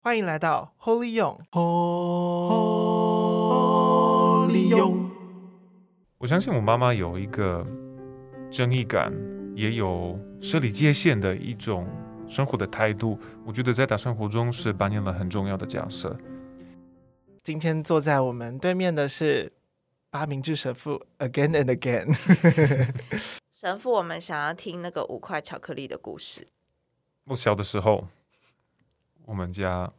欢迎来到 Holy 用 Holy 用。我相信我妈妈有一个正义感，也有设立界限的一种生活的态度，我觉得在她生活中是扮演了很重要的角色。 今天坐在我们对面的是八明志神父 again and again 神父，我们想要听那个5块巧克力的故事。 我小的时候，我们家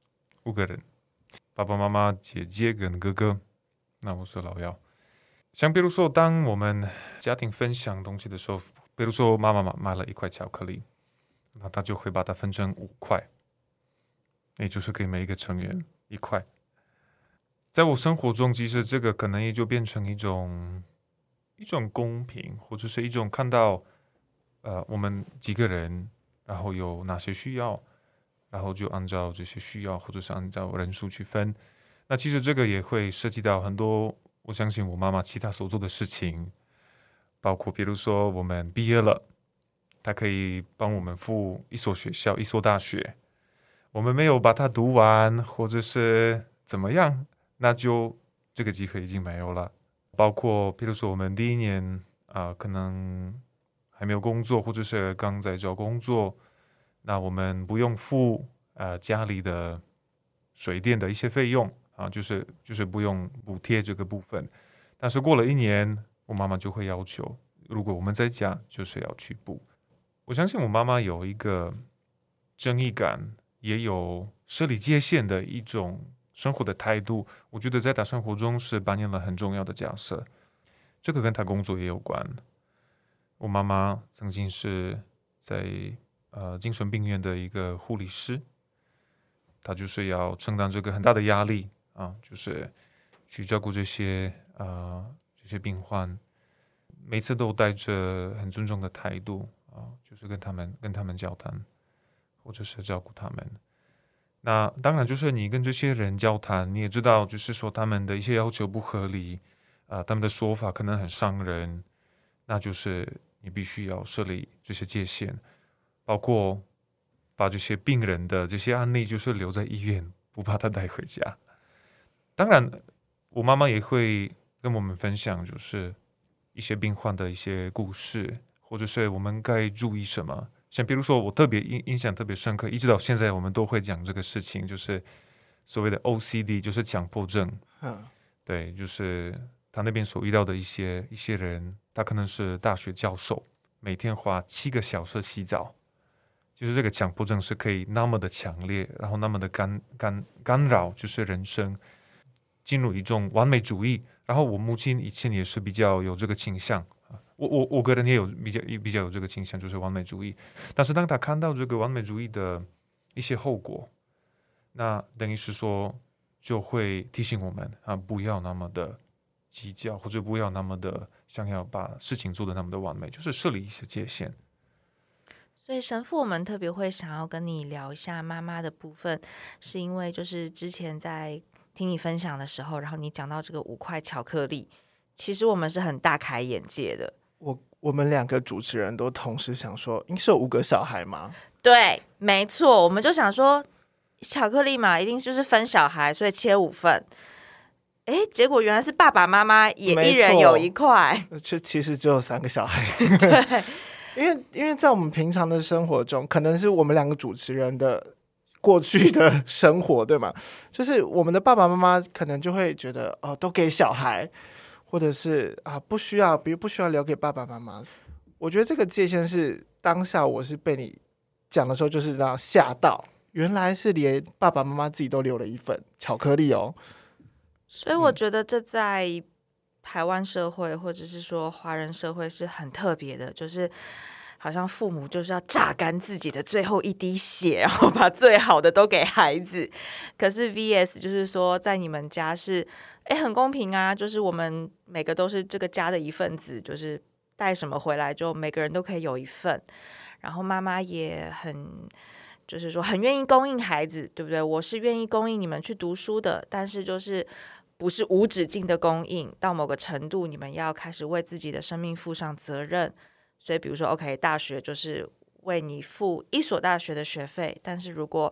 5个人，爸爸妈妈、姐姐跟哥哥，那我是老幺。像比如说，当我们家庭分享东西的时候，比如说妈妈买了1块巧克力，那她就会把它分成5块，也就是给每一个成员1块。在我生活中，其实这个可能也就变成一种公平，或者是一种看到我们几个人，然后有哪些需要，然后就按照这些需要或者是按照人数去分。那其实这个也会涉及到很多，我相信我妈妈其他所做的事情，包括比如说我们毕业了，她可以帮我们付一所学校、一所大学，我们没有把它读完或者是怎么样，那就这个机会已经没有了。包括比如说我们第1年可能还没有工作，或者是刚在找工作，那我们不用付家里的水电的一些费用就是不用补贴这个部分。但是过了1年，我妈妈就会要求，如果我们在家，就是要去补。我相信我妈妈有一个正义感，也有设立界限的一种生活的态度，我觉得在她生活中是扮演了很重要的角色。这个跟她工作也有关。我妈妈曾经是在精神病院的一个护理师，她就是要承担这个很大的压力就是去照顾这些病患，每次都带着很尊重的态度就是跟他们交谈，或者是照顾他们。那当然就是你跟这些人交谈，你也知道就是说他们的一些要求不合理他们的说法可能很伤人，那就是你必须要设立这些界限，包括把这些病人的这些案例就是留在医院，不把他带回家。当然我妈妈也会跟我们分享就是一些病患的一些故事，或者是我们该注意什么。像比如说我特别印象特别深刻，一直到现在我们都会讲这个事情，就是所谓的 OCD， 就是强迫症对，就是他那边所遇到的一些人，他可能是大学教授，每天花7个小时洗澡，就是这个强迫症是可以那么的强烈，然后那么的干扰就是人生，进入一种完美主义。然后我母亲以前也是比较有这个倾向，我个人也有比较有这个倾向，就是完美主义。但是当他看到这个完美主义的一些后果，那等于是说就会提醒我们不要那么的计较，或者不要那么的想要把事情做得那么的完美，就是设立一些界限。 所以神父，我们特别会想要跟你聊一下妈妈的部分，是因为就是之前在听你分享的时候，然后你讲到这个5块巧克力，其实我们是很大开眼界的。 我们2个主持人都同时想说，应该是有5个小孩吗？ 对，没错，我们就想说巧克力嘛，一定就是分小孩，所以切5份。结果原来是爸爸妈妈也一人有1块， 其实只有3个小孩。 对， 因为在我们平常的生活中，可能是我们2个主持人的过去的生活，对吗？就是我们的爸爸妈妈可能就会觉得都给小孩，或者是不需要留给爸爸妈妈。我觉得这个界限是当下我是被你讲的时候就是这样吓到，原来是连爸爸妈妈自己都留了1份巧克力哦。 所以我觉得这在台湾社会或者是说华人社会是很特别的，就是好像父母就是要榨干自己的最后一滴血，然后把最好的都给孩子。可是 VS 就是说在你们家是很公平啊，就是我们每个都是这个家的一份子，就是带什么回来就每个人都可以有1份。然后妈妈也就是说很愿意供应孩子，对不对？我是愿意供应你们去读书的，但是就是不是无止境的供应，到某个程度你们要开始为自己的生命负上责任。所以比如说 OK， 大学就是为你付1所大学的学费，但是如果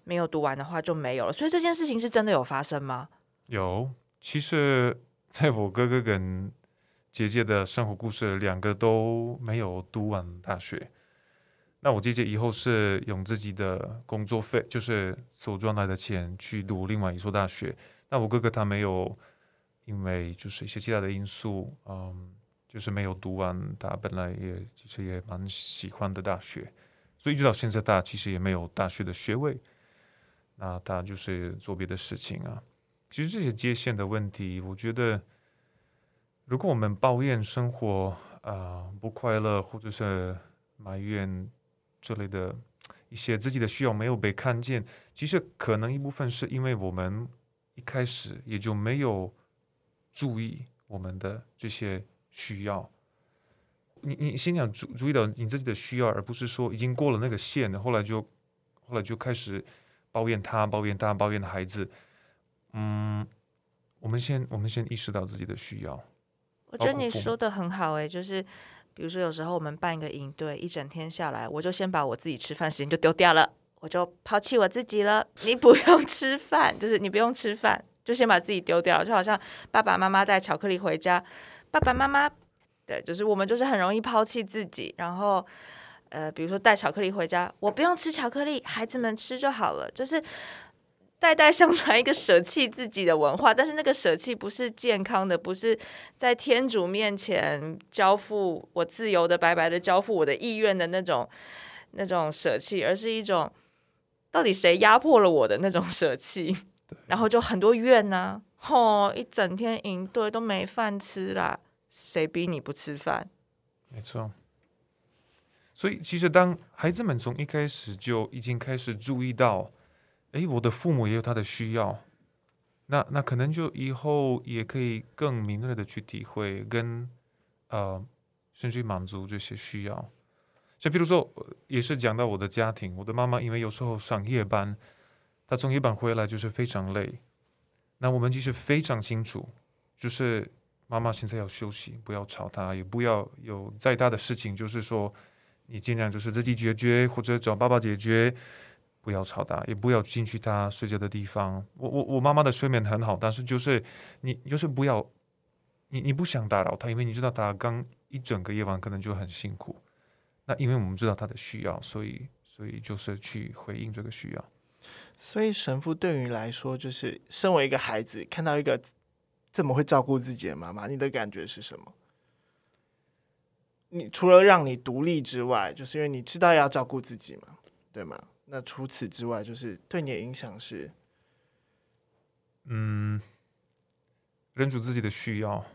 没有读完的话就没有了。所以这件事情是真的有发生吗？ 有，其实在我哥哥跟姐姐的生活故事，两个都没有读完大学。那我姐姐以后是用自己的工作费，就是所赚来的钱去读另外一所大学。那我哥哥他没有，因为就是一些其他的因素，就是没有读完他本来其实也蛮喜欢的大学，所以一直到现在他其实也没有大学的学位。那他就是做别的事情啊。其实这些界限的问题，我觉得，如果我们抱怨生活不快乐，或者是埋怨这类的一些自己的需要没有被看见，其实可能一部分是因为我们一开始也就没有注意我们的这些需要。你先想注意到你自己的需要，而不是说已经过了那个线，后来就开始抱怨孩子。我们先意识到自己的需要。 我觉得你说的很好就是比如说有时候我们办一个营队，一整天下来，我就先把我自己吃饭时间就丢掉了，我就抛弃我自己了。你不用吃饭，就是你不用吃饭，就先把自己丢掉了。就好像爸爸妈妈带巧克力回家，爸爸妈妈对，就是我们就是很容易抛弃自己，然后比如说带巧克力回家，我不用吃巧克力，孩子们吃就好了，就是代代相传一个舍弃自己的文化。但是那个舍弃不是健康的，不是在天主面前交付我自由的白白的交付我的意愿的那种舍弃，而是一种到底谁压迫了我的那种舍弃。然后就很多怨啊，一整天营队都没饭吃啦，谁逼你不吃饭？ 没错。所以其实当孩子们从一开始就已经开始注意到，我的父母也有他的需要，那可能就以后也可以更敏锐的去体会跟甚至满足这些需要。像比如说也是讲到我的家庭，我的妈妈因为有时候上夜班，她从夜班回来就是非常累，那我们其实非常清楚，就是妈妈现在要休息，不要吵她，也不要有再大的事情，就是说你尽量就是自己解决，或者找爸爸解决，不要吵他，也不要进去他睡觉的地方。我妈妈的睡眠很好，但是就是你就是不要你不想打扰他，因为你知道他刚一整个夜晚可能就很辛苦。那因为我们知道他的需要，所以就是去回应这个需要。 所以神父对于你来说，就是身为一个孩子，看到一个这么会照顾自己的妈妈，你的感觉是什么？你除了让你独立之外，就是因为你知道要照顾自己嘛，对吗？那除此之外，就是对你的影响是， 认出自己的需要，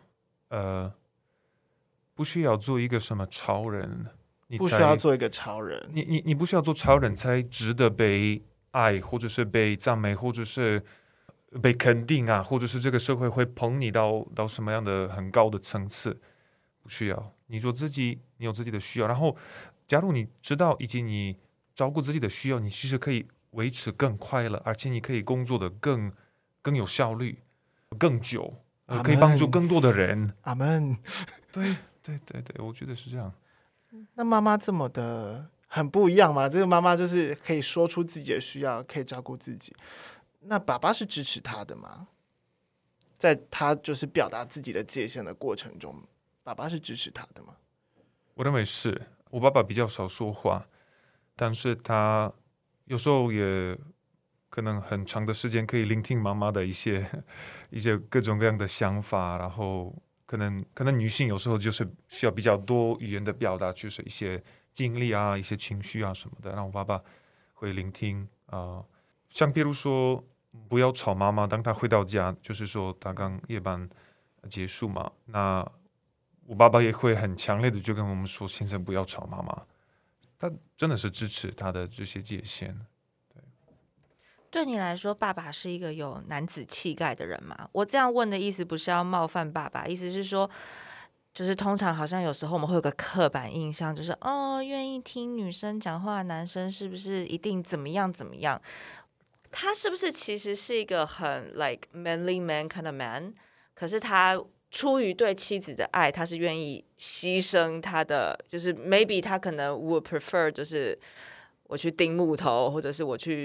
不需要做一个什么超人， 不需要做一个超人， 你不需要做超人才值得被爱，或者是被赞美，或者是被肯定啊，或者是这个社会会捧你到什么样的很高的层次，不需要。你做自己，你有自己的需要，然后假如你知道以及你照顾自己的需要，你其实可以维持更快乐，而且你可以工作的更有效率，更久，可以帮助更多的人。 阿们。 对，我觉得是这样。 那妈妈这么的很不一样嘛？这个妈妈就是可以说出自己的需要，可以照顾自己。那爸爸是支持她的吗？在他就是表达自己的界限的过程中，爸爸是支持他的吗？ 我认为是。我爸爸比较少说话，但是他有时候也可能很长的时间可以聆听妈妈的一些各种各样的想法，然后可能女性有时候就是需要比较多语言的表达，就是一些经历啊、一些情绪啊什么的，让我爸爸会聆听像比如说不要吵妈妈，当她回到家，就是说她刚夜班结束嘛，那我爸爸也会很强烈的就跟我们说，先生不要吵妈妈。他真的是支持他的这些界限。 对你来说，爸爸是一个有男子气概的人吗？我这样问的意思不是要冒犯爸爸，意思是说，就是通常好像有时候我们会有个刻板印象，就是愿意听女生讲话的男生是不是一定怎么样怎么样？他是不是其实是一个很 like manly man kind of man？ 可是他出于对妻子的爱，他是愿意牺牲他的，就是 maybe 他可能 would prefer 就是我去钉木头，或者是我去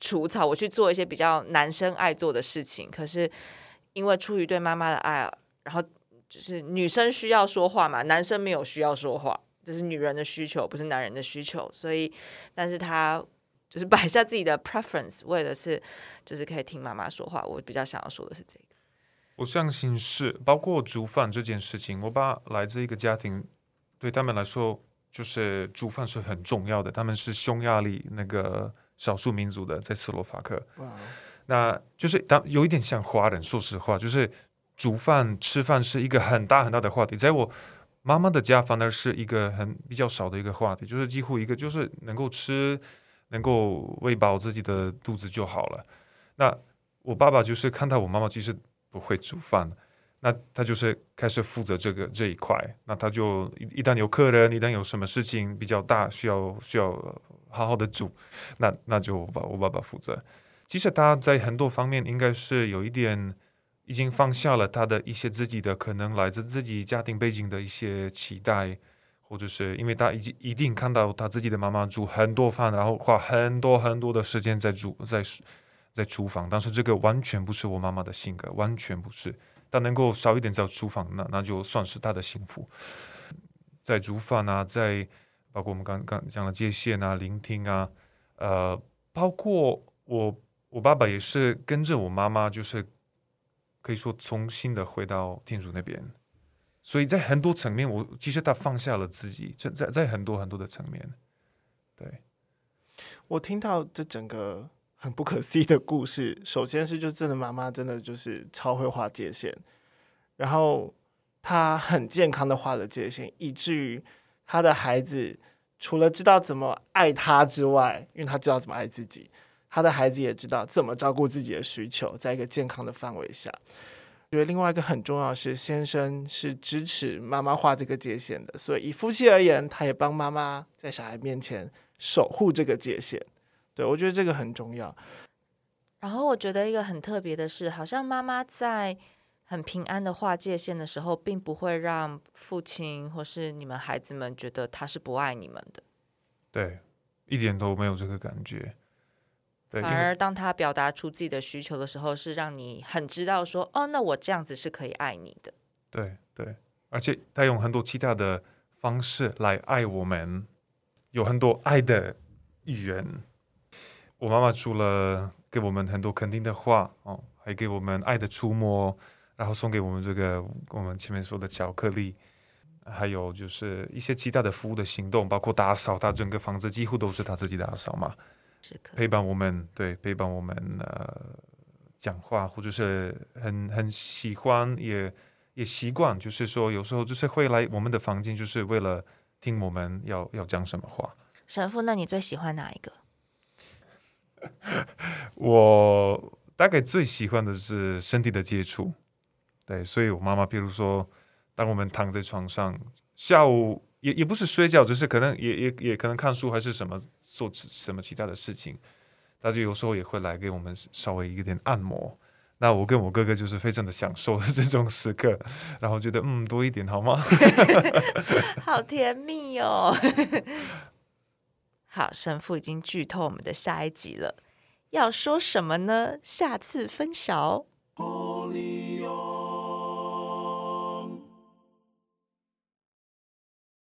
除草，我去做一些比较男生爱做的事情。可是因为出于对妈妈的爱，然后就是女生需要说话嘛，男生没有需要说话，这是女人的需求，不是男人的需求。所以，但是他就是摆下自己的 preference， 为的是就是可以听妈妈说话。我比较想要说的是这个。 我相信是，包括煮饭这件事情，我爸来自一个家庭，对他们来说，就是煮饭是很重要的。他们是匈牙利那个少数民族的，在斯洛伐克。 哇， 那就是有一点像华人，说实话，就是煮饭吃饭是一个很大很大的话题。在我妈妈的家，反而是一个比较少的一个话题，就是几乎一个就是能够吃，能够喂饱自己的肚子就好了。那我爸爸就是看到我妈妈其实不会煮饭，那他就是开始负责这一块。那他就一旦有客人，一旦有什么事情比较大，需要好好的煮，那就我爸爸负责。其实他在很多方面应该是有一点已经放下了他的一些自己的可能来自自己家庭背景的一些期待，或者是因为他一定看到他自己的妈妈煮很多饭，然后花很多很多的时间在厨房，但是这个完全不是我妈妈的性格，完全不是。她能够少一点在厨房，那就算是她的幸福。在煮饭啊，在包括我们刚刚讲的界限啊、聆听啊，包括我爸爸也是跟着我妈妈，就是可以说重新的回到天主那边。所以在很多层面，其实他放下了自己，在很多很多的层面。对， 我听到这整个很不可思议的故事，首先是就真的妈妈真的就是超会划界限，然后她很健康的划了界限，以至于她的孩子除了知道怎么爱她之外，因为她知道怎么爱自己，她的孩子也知道怎么照顾自己的需求，在一个健康的范围下。我觉得另外一个很重要的是，先生是支持妈妈划这个界限的，所以以夫妻而言，他也帮妈妈在小孩面前守护这个界限。对，我觉得这个很重要。 然后我觉得一个很特别的是，好像妈妈在很平安的划界限的时候，并不会让父亲或是你们孩子们觉得他是不爱你们的。 对，一点都没有这个感觉。对， 反而当他表达出自己的需求的时候，是让你很知道说，哦，那我这样子是可以爱你的。 对对，而且他用很多其他的方式来爱我们，有很多爱的语言。我妈妈除了给我们很多肯定的话哦，还给我们爱的触摸，然后送给我们这个我们前面说的巧克力，还有就是一些其他的服务的行动，包括打扫，他整个房子几乎都是他自己打扫嘛。陪伴我们，对，陪伴我们讲话，或者是很喜欢也习惯，就是说有时候就是会来我们的房间，就是为了听我们要讲什么话。 神父，那你最喜欢哪一个？ 我大概最喜欢的是身体的接触，对，所以我妈妈，比如说，当我们躺在床上，下午也不是睡觉，只是可能也可能看书还是什么做什么其他的事情，她就有时候也会来给我们稍微一点按摩。那我跟我哥哥就是非常的享受这种时刻，然后觉得多一点好吗？ 好甜蜜哦！好，神父已经剧透我们的下一集了，要说什么呢？下次分晓。Holy